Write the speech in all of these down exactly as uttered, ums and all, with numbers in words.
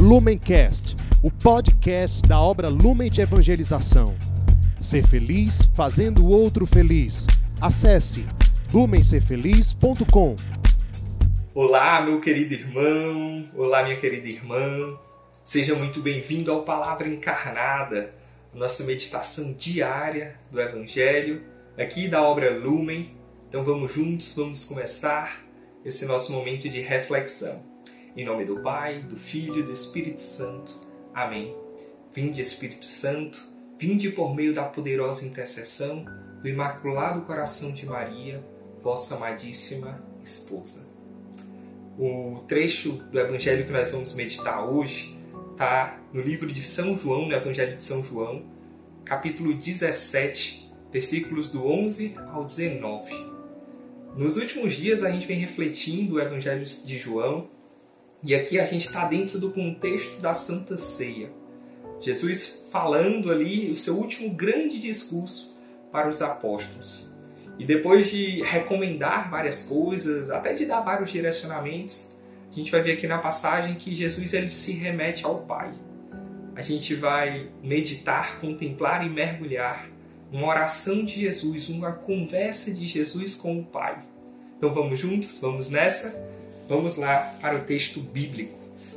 Lumencast, o podcast da obra Lumen de Evangelização. Ser feliz fazendo o outro feliz. Acesse lumen ser feliz ponto com. Olá, meu querido irmão, olá, minha querida irmã. Seja muito bem-vindo ao Palavra Encarnada, nossa meditação diária do Evangelho, aqui da obra Lumen. Então vamos juntos, vamos começar esse nosso momento de reflexão. Em nome do Pai, do Filho e do Espírito Santo. Amém. Vinde, Espírito Santo, vinde por meio da poderosa intercessão do Imaculado Coração de Maria, vossa amadíssima esposa. O trecho do Evangelho que nós vamos meditar hoje está no livro de São João, no Evangelho de São João, capítulo dezessete, versículos do onze ao dezenove. Nos últimos dias a gente vem refletindo o Evangelho de João e aqui a gente está dentro do contexto da Santa Ceia. Jesus falando ali o seu último grande discurso para os apóstolos. E depois de recomendar várias coisas, até de dar vários direcionamentos, a gente vai ver aqui na passagem que Jesus ele se remete ao Pai. A gente vai meditar, contemplar e mergulhar numa oração de Jesus, uma conversa de Jesus com o Pai. Então vamos juntos? Vamos nessa? Vamos lá para o texto bíblico.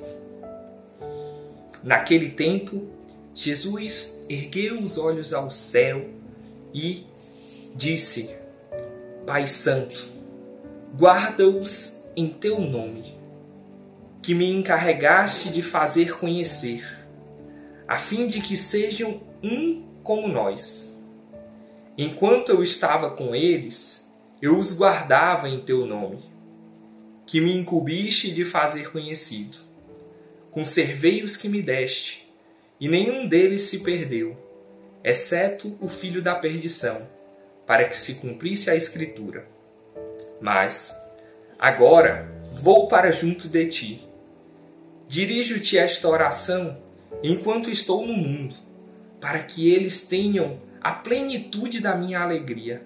Naquele tempo, Jesus ergueu os olhos ao céu e disse: Pai Santo, guarda-os em teu nome, que me encarregaste de fazer conhecer, a fim de que sejam um como nós. Enquanto eu estava com eles, eu os guardava em teu nome, que me incumbiste de fazer conhecido. Conservei os que me deste, e nenhum deles se perdeu, exceto o filho da perdição, para que se cumprisse a Escritura. Mas, agora, vou para junto de ti. Dirijo-te esta oração enquanto estou no mundo, para que eles tenham a plenitude da minha alegria.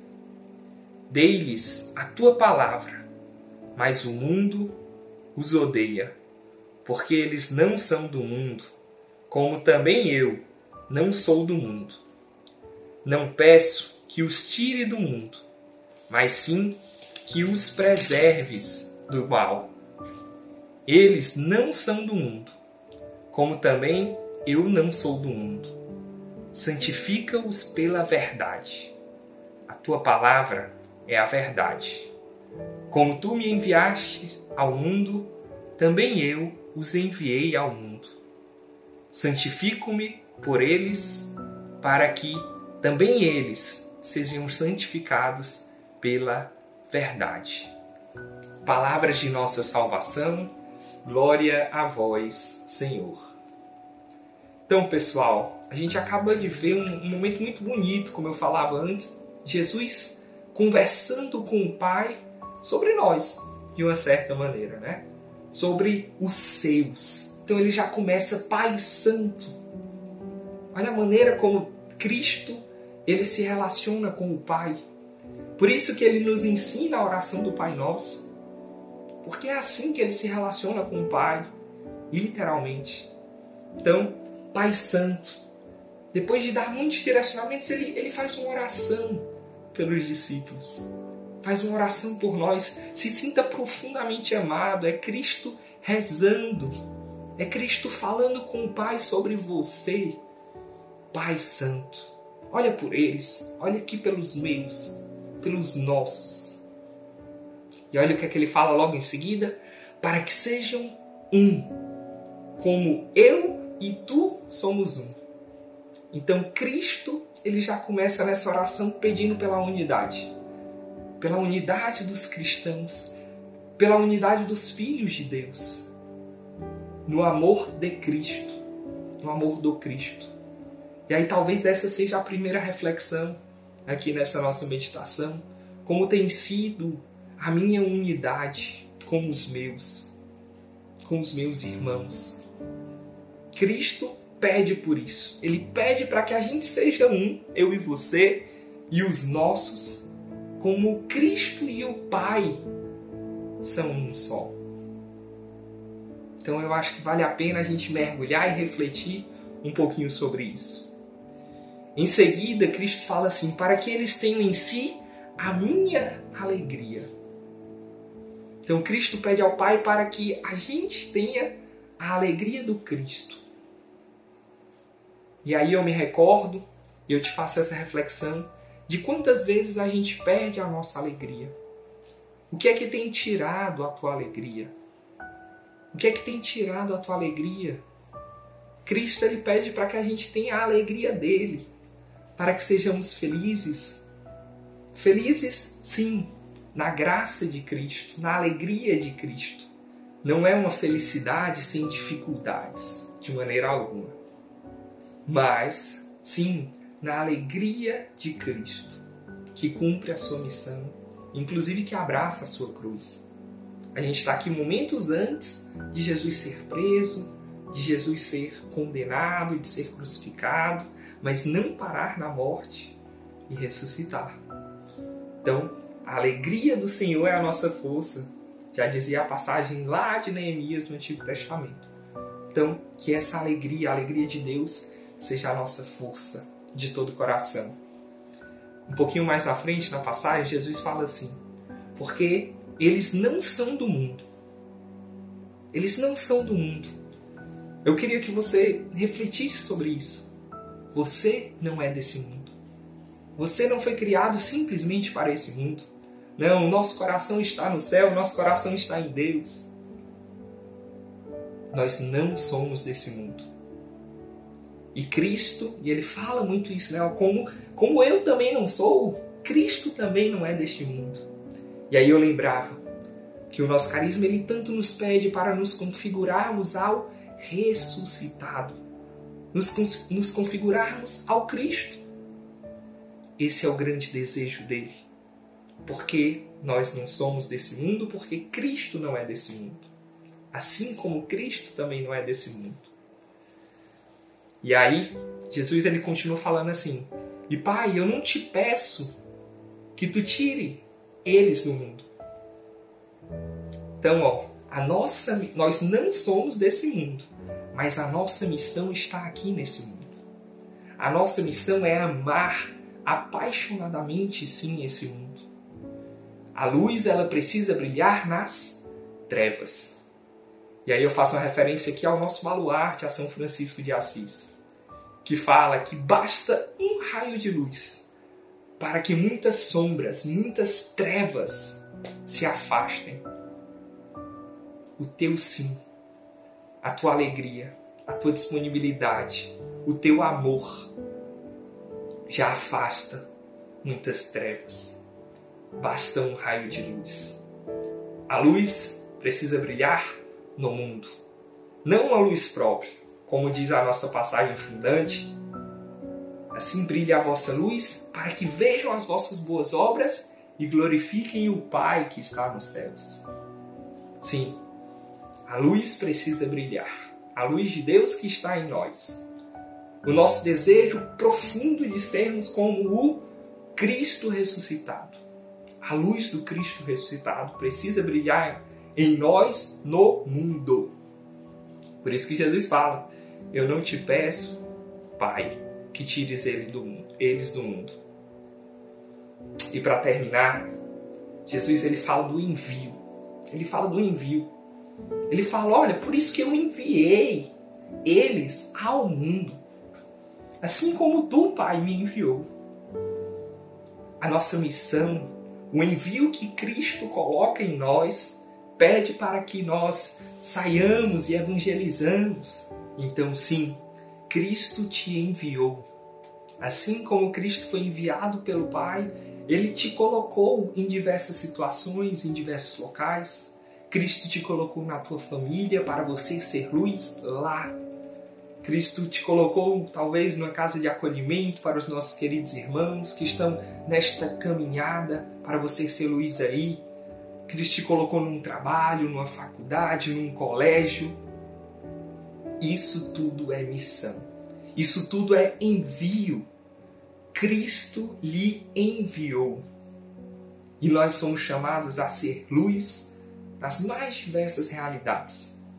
Dei-lhes a tua palavra, mas o mundo os odeia, porque eles não são do mundo, como também eu não sou do mundo. Não peço que os tire do mundo, mas sim que os preserves do mal. Eles não são do mundo, como também eu não sou do mundo. Santifica-os pela verdade. A tua palavra é a verdade. Como tu me enviaste ao mundo, também eu os enviei ao mundo. Santifico-me por eles, para que também eles sejam santificados pela verdade. Palavras de nossa salvação, glória a vós, Senhor. Então, pessoal, a gente acaba de ver um, um momento muito bonito, como eu falava antes, Jesus conversando com o Pai sobre nós, de uma certa maneira, né? Sobre os seus. Então ele já começa Pai Santo. Olha a maneira como Cristo ele se relaciona com o Pai. Por isso que ele nos ensina a oração do Pai Nosso. Porque é assim que ele se relaciona com o Pai, literalmente. Então, Pai Santo, depois de dar muitos direcionamentos, ele, ele faz uma oração pelos discípulos. Faz uma oração por nós. Se sinta profundamente amado. É Cristo rezando. É Cristo falando com o Pai sobre você. Pai Santo. Olha por eles. Olha aqui pelos meus. Pelos nossos. E olha o que é que ele fala logo em seguida. Para que sejam um. Como eu e tu somos um. Então Cristo, ele já começa nessa oração pedindo pela unidade. Pela unidade dos cristãos. Pela unidade dos filhos de Deus. No amor de Cristo. No amor do Cristo. E aí talvez essa seja a primeira reflexão aqui nessa nossa meditação. Como tem sido a minha unidade com os meus. Com os meus irmãos. Cristo pede por isso. Ele pede para que a gente seja um, eu e você, e os nossos, como Cristo e o Pai são um só. Então eu acho que vale a pena a gente mergulhar e refletir um pouquinho sobre isso. Em seguida, Cristo fala assim, para que eles tenham em si a minha alegria. Então Cristo pede ao Pai para que a gente tenha a alegria do Cristo. E aí eu me recordo, e eu te faço essa reflexão, de quantas vezes a gente perde a nossa alegria. O que é que tem tirado a tua alegria? O que é que tem tirado a tua alegria? Cristo ele pede para que a gente tenha a alegria dele, para que sejamos felizes. Felizes, sim, na graça de Cristo, na alegria de Cristo. Não é uma felicidade sem dificuldades, de maneira alguma. Mas, sim, na alegria de Cristo, que cumpre a sua missão, inclusive que abraça a sua cruz. A gente está aqui momentos antes de Jesus ser preso, de Jesus ser condenado, de ser crucificado, mas não parar na morte e ressuscitar. Então, a alegria do Senhor é a nossa força. Já dizia a passagem lá de Neemias no Antigo Testamento. Então, que essa alegria, a alegria de Deus, seja a nossa força de todo o coração. Um pouquinho mais na frente, na passagem, Jesus fala assim, porque eles não são do mundo. Eles não são do mundo. Eu queria que você refletisse sobre isso. Você não é desse mundo. Você não foi criado simplesmente para esse mundo. Não, o nosso coração está no céu, o nosso coração está em Deus. Nós não somos desse mundo. E Cristo, e ele fala muito isso, né? Como, como eu também não sou, Cristo também não é deste mundo. E aí eu lembrava que o nosso carisma, ele tanto nos pede para nos configurarmos ao ressuscitado. Nos, nos configurarmos ao Cristo. Esse é o grande desejo dele. Porque nós não somos desse mundo, porque Cristo não é desse mundo. Assim como Cristo também não é desse mundo. E aí, Jesus ele continua falando assim, e Pai, eu não te peço que tu tire eles do mundo. Então, ó, a nossa, nós não somos desse mundo, mas a nossa missão está aqui nesse mundo. A nossa missão é amar apaixonadamente, sim, esse mundo. A luz, ela precisa brilhar nas trevas. E aí eu faço uma referência aqui ao nosso baluarte, a São Francisco de Assis, que fala que basta um raio de luz para que muitas sombras, muitas trevas se afastem. O teu sim, a tua alegria, a tua disponibilidade, o teu amor já afasta muitas trevas. Basta um raio de luz. A luz precisa brilhar no mundo, não a luz própria, como diz a nossa passagem fundante. Assim brilha a vossa luz, para que vejam as vossas boas obras e glorifiquem o Pai que está nos céus. Sim, a luz precisa brilhar, a luz de Deus que está em nós. O nosso desejo profundo de sermos como o Cristo ressuscitado. A luz do Cristo ressuscitado precisa brilhar em nós, no mundo. Por isso que Jesus fala, eu não te peço, Pai, que tires ele do mundo, eles do mundo. E para terminar, Jesus ele fala do envio. Ele fala do envio. Ele fala, olha, por isso que eu enviei eles ao mundo. Assim como tu, Pai, me enviou. A nossa missão, o envio que Cristo coloca em nós, pede para que nós saiamos e evangelizamos. Então, sim, Cristo te enviou. Assim como Cristo foi enviado pelo Pai, Ele te colocou em diversas situações, em diversos locais. Cristo te colocou na tua família para você ser luz lá. Cristo te colocou, talvez, numa casa de acolhimento para os nossos queridos irmãos que estão nesta caminhada para você ser luz aí. Cristo te colocou num trabalho, numa faculdade, num colégio. Isso tudo é missão. Isso tudo é envio. Cristo lhe enviou. E nós somos chamados a ser luz nas mais diversas realidades.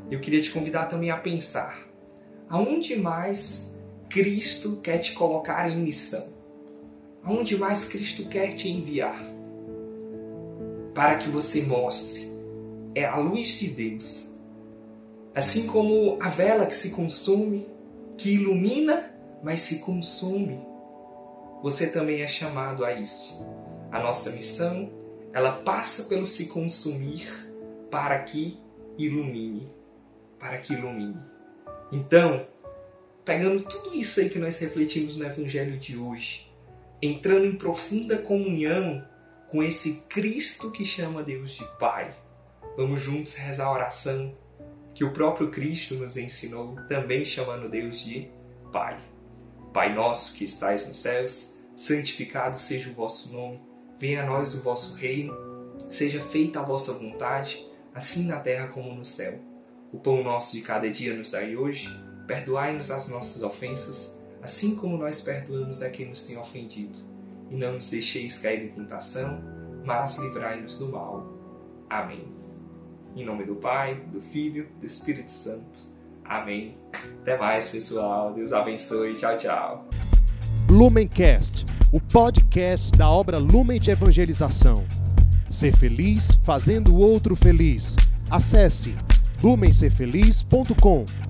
eu queria te convidar também a pensar: aonde mais Cristo quer te colocar em missão? Aonde mais Cristo quer te enviar? Para que você mostre, é a luz de Deus. Assim como a vela que se consome, que ilumina, mas se consome. Você também é chamado a isso. A nossa missão, ela passa pelo se consumir para que ilumine. Para que ilumine. Então, pegando tudo isso aí que nós refletimos no Evangelho de hoje, entrando em profunda comunhão com esse Cristo que chama Deus de Pai, vamos juntos rezar a oração que o próprio Cristo nos ensinou, também chamando Deus de Pai. Pai nosso que estais nos céus, santificado seja o vosso nome, venha a nós o vosso reino, seja feita a vossa vontade, assim na terra como no céu. O pão nosso de cada dia nos dai hoje, perdoai-nos as nossas ofensas, assim como nós perdoamos a quem nos tem ofendido. E não nos deixeis cair em tentação, mas livrai-nos do mal. Amém. Em nome do Pai, do Filho, do Espírito Santo. Amém. Até mais, pessoal. Deus abençoe. Tchau, tchau. Lumencast, o podcast da obra Lumen de Evangelização. Ser feliz fazendo o outro feliz. Acesse lumen ser feliz ponto com.